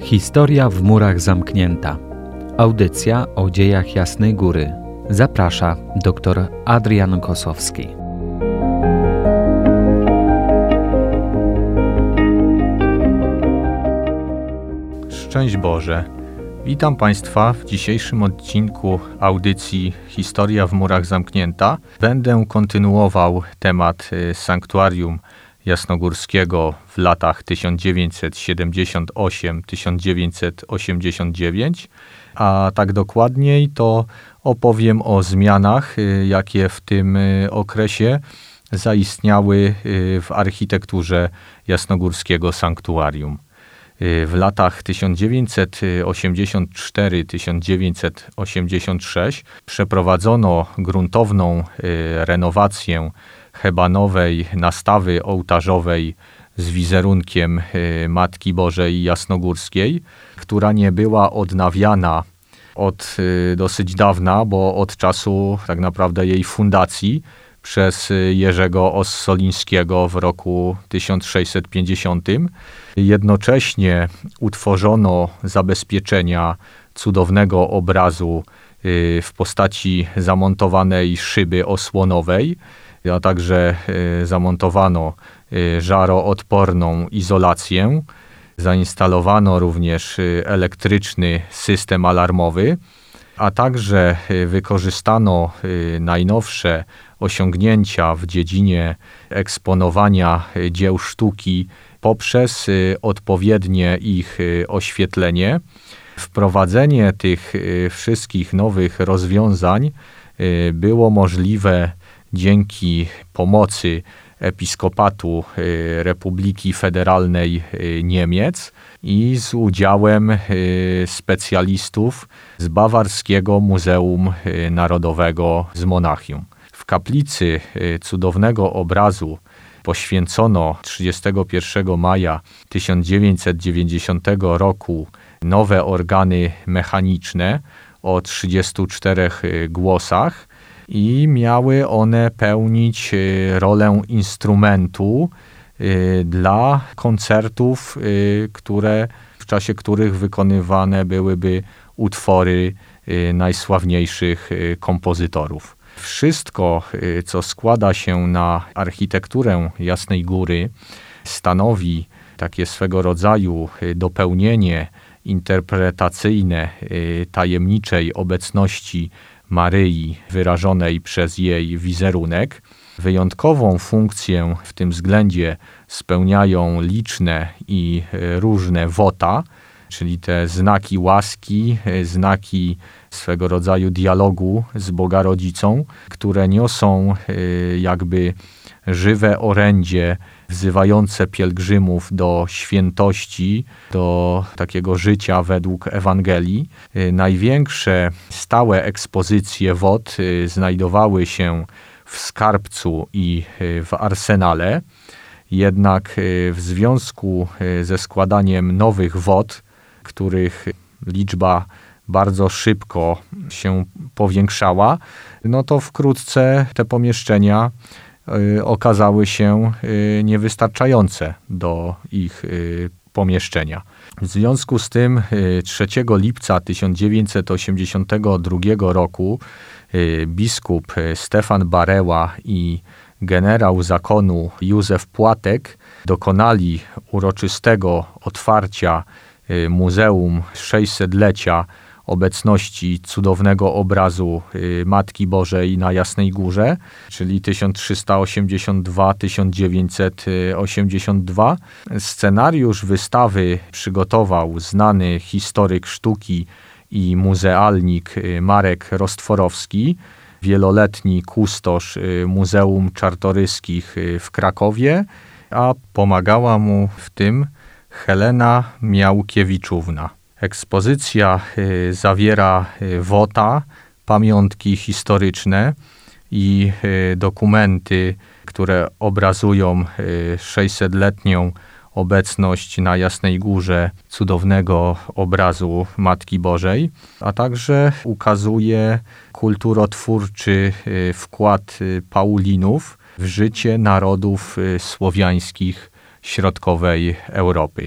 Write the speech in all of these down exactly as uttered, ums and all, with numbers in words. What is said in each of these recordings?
Historia w murach zamknięta. Audycja o dziejach Jasnej Góry. Zaprasza dr Adrian Kosowski. Szczęść Boże. Witam Państwa w dzisiejszym odcinku audycji Historia w murach zamknięta. Będę kontynuował temat sanktuarium jasnogórskiego w latach tysiąc dziewięćset siedemdziesiąt osiem do tysiąc dziewięćset osiemdziesiąt dziewięć, a tak dokładniej to opowiem o zmianach, jakie w tym okresie zaistniały w architekturze jasnogórskiego sanktuarium. W latach tysiąc dziewięćset osiemdziesiąt cztery do tysiąc dziewięćset osiemdziesiąt sześć przeprowadzono gruntowną renowację hebanowej nastawy ołtarzowej z wizerunkiem Matki Bożej Jasnogórskiej, która nie była odnawiana od dosyć dawna, bo od czasu tak naprawdę jej fundacji przez Jerzego Ossolińskiego w roku tysiąc sześćset pięćdziesiątym. Jednocześnie utworzono zabezpieczenia cudownego obrazu w postaci zamontowanej szyby osłonowej, a także zamontowano żaroodporną izolację. Zainstalowano również elektryczny system alarmowy, a także wykorzystano najnowsze osiągnięcia w dziedzinie eksponowania dzieł sztuki poprzez odpowiednie ich oświetlenie. Wprowadzenie tych wszystkich nowych rozwiązań było możliwe dzięki pomocy Episkopatu Republiki Federalnej Niemiec i z udziałem specjalistów z Bawarskiego Muzeum Narodowego z Monachium. W kaplicy cudownego obrazu poświęcono trzydziestego pierwszego maja tysiąc dziewięćset dziewięćdziesiątego roku nowe organy mechaniczne o trzydziestu czterech głosach i miały one pełnić rolę instrumentu dla koncertów, które, w czasie których wykonywane byłyby utwory najsławniejszych kompozytorów. Wszystko, co składa się na architekturę Jasnej Góry, stanowi takie swego rodzaju dopełnienie interpretacyjne tajemniczej obecności Maryi wyrażonej przez jej wizerunek. Wyjątkową funkcję w tym względzie spełniają liczne i różne wota, czyli te znaki łaski, znaki swego rodzaju dialogu z Bogarodzicą, które niosą jakby żywe orędzie wzywające pielgrzymów do świętości, do takiego życia według Ewangelii. Największe stałe ekspozycje wot znajdowały się w skarbcu i w arsenale, jednak w związku ze składaniem nowych wot, których liczba bardzo szybko się powiększała, no to wkrótce te pomieszczenia okazały się niewystarczające do ich pomieszczenia. W związku z tym trzeciego lipca tysiąc dziewięćset osiemdziesiątego drugiego roku biskup Stefan Bareła i generał zakonu Józef Płatek dokonali uroczystego otwarcia Muzeum sześćsetlecia obecności cudownego obrazu Matki Bożej na Jasnej Górze, czyli tysiąc trzysta osiemdziesiąt dwa do tysiąc dziewięćset osiemdziesiąt dwa. Scenariusz wystawy przygotował znany historyk sztuki i muzealnik Marek Rostworowski, wieloletni kustosz Muzeum Czartoryskich w Krakowie, a pomagała mu w tym Helena Miałkiewiczówna. Ekspozycja zawiera wota, pamiątki historyczne i dokumenty, które obrazują sześćsetletnią obecność na Jasnej Górze cudownego obrazu Matki Bożej, a także ukazuje kulturotwórczy wkład Paulinów w życie narodów słowiańskich środkowej Europy.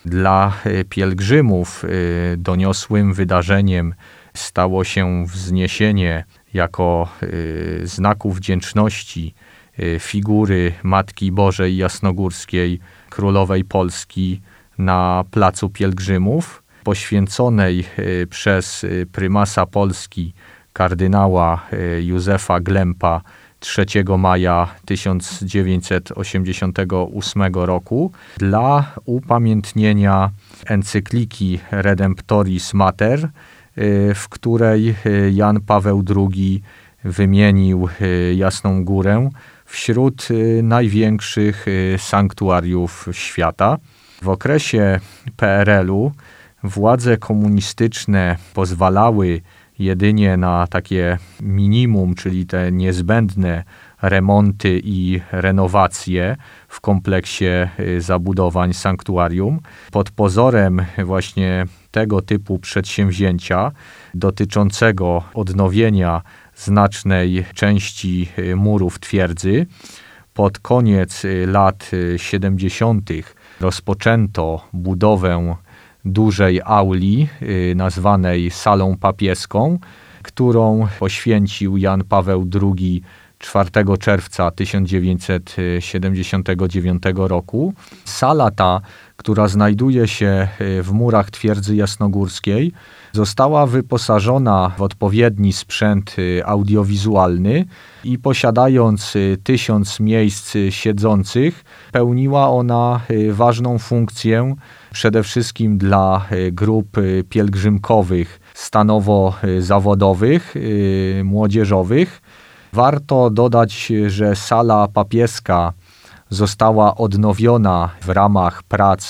Dla pielgrzymów doniosłym wydarzeniem stało się wzniesienie jako znaku wdzięczności figury Matki Bożej Jasnogórskiej, Królowej Polski na Placu Pielgrzymów, poświęconej przez prymasa Polski kardynała Józefa Glempa trzeciego maja tysiąc dziewięćset osiemdziesiątego ósmego roku dla upamiętnienia encykliki Redemptoris Mater, w której Jan Paweł drugi wymienił Jasną Górę wśród największych sanktuariów świata. W okresie P R L-u władze komunistyczne pozwalały jedynie na takie minimum, czyli te niezbędne remonty i renowacje w kompleksie zabudowań sanktuarium. Pod pozorem właśnie tego typu przedsięwzięcia dotyczącego odnowienia znacznej części murów twierdzy pod koniec lat siedemdziesiątych rozpoczęto budowę dużej auli nazwanej Salą Papieską, którą poświęcił Jan Paweł drugi czwartego czerwca tysiąc dziewięćset siedemdziesiątego dziewiątego roku. Sala ta, która znajduje się w murach twierdzy jasnogórskiej, została wyposażona w odpowiedni sprzęt audiowizualny i posiadając tysiąc miejsc siedzących, pełniła ona ważną funkcję przede wszystkim dla grup pielgrzymkowych stanowo-zawodowych, młodzieżowych. Warto dodać, że sala papieska została odnowiona w ramach prac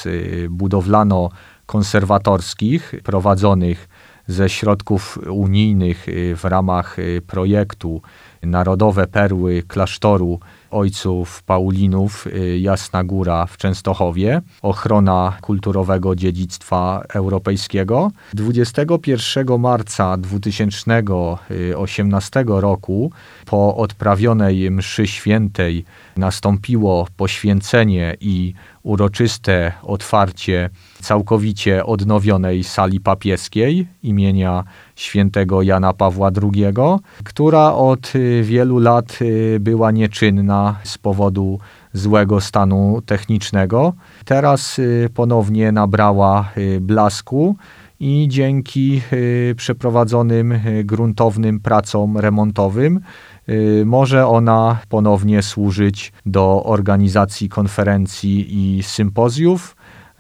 budowlano-konserwatorskich prowadzonych ze środków unijnych w ramach projektu Narodowe Perły Klasztoru Ojców Paulinów Jasna Góra w Częstochowie, ochrona kulturowego dziedzictwa europejskiego. dwudziestego pierwszego marca dwa tysiące osiemnastego roku po odprawionej mszy świętej nastąpiło poświęcenie i uroczyste otwarcie całkowicie odnowionej sali papieskiej imienia świętego Jana Pawła drugiego, która od wielu lat była nieczynna z powodu złego stanu technicznego. Teraz ponownie nabrała blasku i dzięki przeprowadzonym gruntownym pracom remontowym może ona ponownie służyć do organizacji konferencji i sympozjów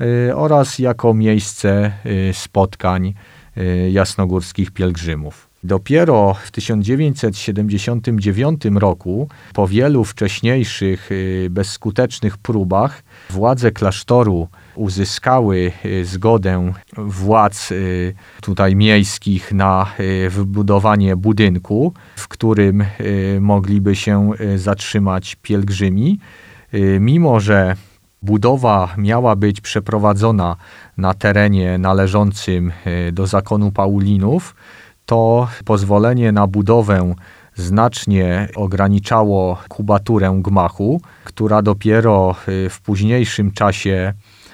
oraz jako miejsce spotkań jasnogórskich pielgrzymów. Dopiero w tysiąc dziewięćset siedemdziesiątym dziewiątym roku, po wielu wcześniejszych bezskutecznych próbach, władze klasztoru uzyskały zgodę władz tutaj miejskich na wybudowanie budynku, w którym mogliby się zatrzymać pielgrzymi. Mimo że budowa miała być przeprowadzona na terenie należącym do zakonu Paulinów, to pozwolenie na budowę znacznie ograniczało kubaturę gmachu, która dopiero w późniejszym czasie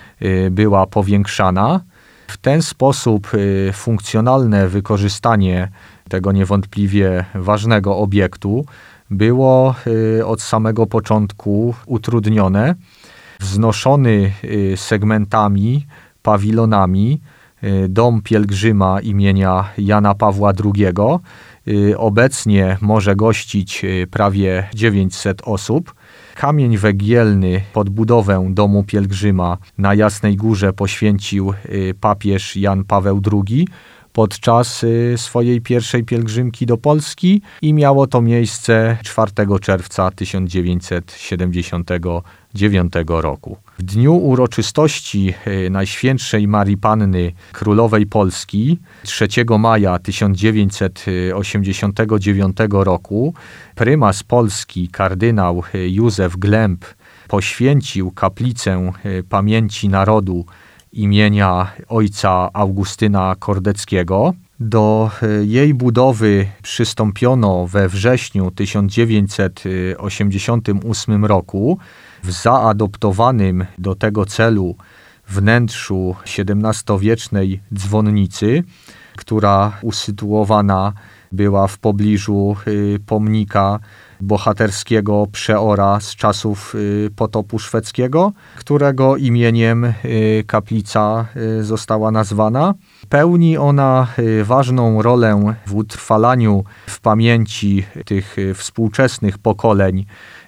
była powiększana. W ten sposób funkcjonalne wykorzystanie tego niewątpliwie ważnego obiektu było od samego początku utrudnione. Wznoszony segmentami, pawilonami dom pielgrzyma imienia Jana Pawła drugiego obecnie może gościć prawie dziewięćset osób. Kamień węgielny pod budowę domu pielgrzyma na Jasnej Górze poświęcił papież Jan Paweł drugi podczas swojej pierwszej pielgrzymki do Polski i miało to miejsce czwartego czerwca tysiąc dziewięćset siedemdziesiątego dziewiątego roku. W dniu uroczystości Najświętszej Marii Panny Królowej Polski trzeciego maja tysiąc dziewięćset osiemdziesiątego dziewiątego roku prymas Polski kardynał Józef Glemp poświęcił kaplicę pamięci narodu imienia ojca Augustyna Kordeckiego. Do jej budowy przystąpiono we wrześniu tysiąc dziewięćset osiemdziesiątym ósmym roku w zaadoptowanym do tego celu wnętrzu siedemnastowiecznej dzwonnicy, która usytuowana była w pobliżu pomnika bohaterskiego przeora z czasów potopu szwedzkiego, którego imieniem kaplica została nazwana. Pełni ona ważną rolę w utrwalaniu w pamięci tych współczesnych pokoleń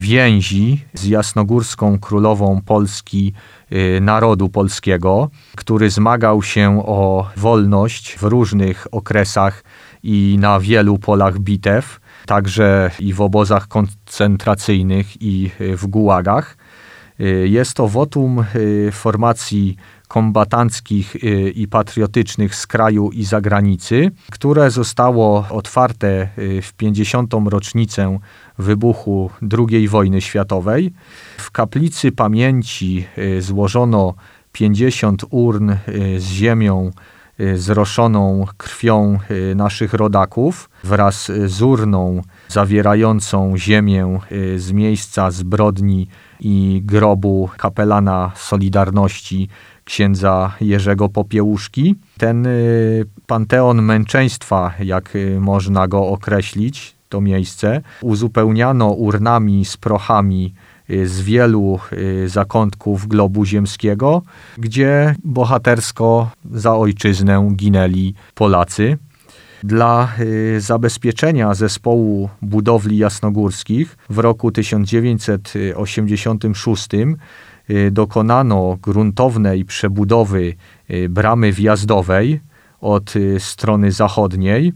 więzi z jasnogórską królową Polski, narodu polskiego, który zmagał się o wolność w różnych okresach i na wielu polach bitew, także i w obozach koncentracyjnych i w gułagach. Jest to wotum formacji kombatanckich i patriotycznych z kraju i zagranicy, które zostało otwarte w pięćdziesiątą rocznicę wybuchu drugiej wojny światowej. W kaplicy pamięci złożono pięćdziesiąt urn z ziemią zroszoną krwią naszych rodaków wraz z urną zawierającą ziemię z miejsca zbrodni i grobu kapelana Solidarności księdza Jerzego Popiełuszki. Ten panteon męczeństwa, jak można go określić, to miejsce, uzupełniano urnami z prochami z wielu zakątków globu ziemskiego, gdzie bohatersko za ojczyznę ginęli Polacy. Dla zabezpieczenia zespołu budowli jasnogórskich w roku tysiąc dziewięćset osiemdziesiątym szóstym dokonano gruntownej przebudowy bramy wjazdowej od strony zachodniej,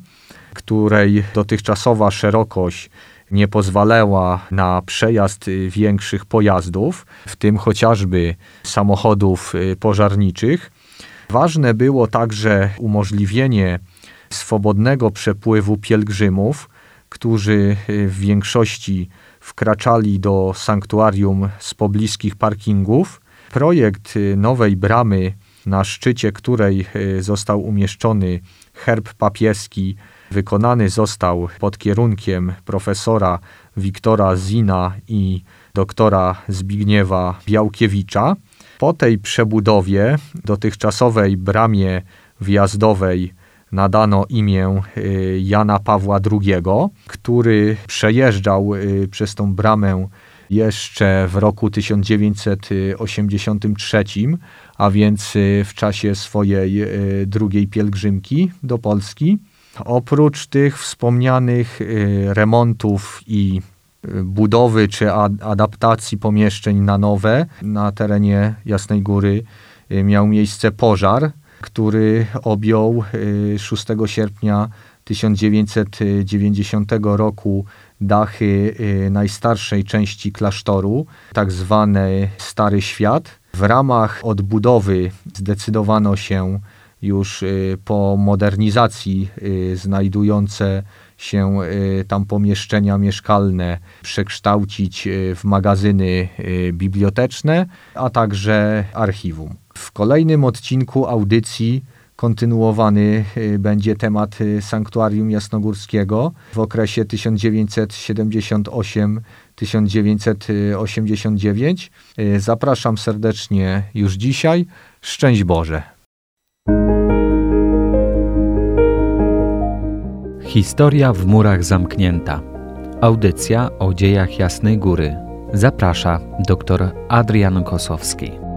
której dotychczasowa szerokość nie pozwalała na przejazd większych pojazdów, w tym chociażby samochodów pożarniczych. Ważne było także umożliwienie swobodnego przepływu pielgrzymów, którzy w większości wkraczali do sanktuarium z pobliskich parkingów. Projekt nowej bramy, na szczycie której został umieszczony herb papieski, wykonany został pod kierunkiem profesora Wiktora Zina i doktora Zbigniewa Białkiewicza. Po tej przebudowie dotychczasowej bramie wjazdowej nadano imię Jana Pawła drugiego, który przejeżdżał przez tą bramę jeszcze w roku tysiąc dziewięćset osiemdziesiątym trzecim, a więc w czasie swojej drugiej pielgrzymki do Polski. Oprócz tych wspomnianych remontów i budowy czy adaptacji pomieszczeń na nowe, na terenie Jasnej Góry miał miejsce pożar, który objął szóstego sierpnia tysiąc dziewięćset dziewięćdziesiątego roku dachy najstarszej części klasztoru, tak zwany Stary Świat. W ramach odbudowy zdecydowano się już po modernizacji znajdujące się tam pomieszczenia mieszkalne przekształcić w magazyny biblioteczne, a także archiwum. W kolejnym odcinku audycji kontynuowany będzie temat sanktuarium jasnogórskiego w okresie tysiąc dziewięćset siedemdziesiąt osiem do tysiąc dziewięćset osiemdziesiąt dziewięć. Zapraszam serdecznie już dzisiaj. Szczęść Boże! Historia w murach zamknięta. Audycja o dziejach Jasnej Góry. Zaprasza dr Adrian Kosowski.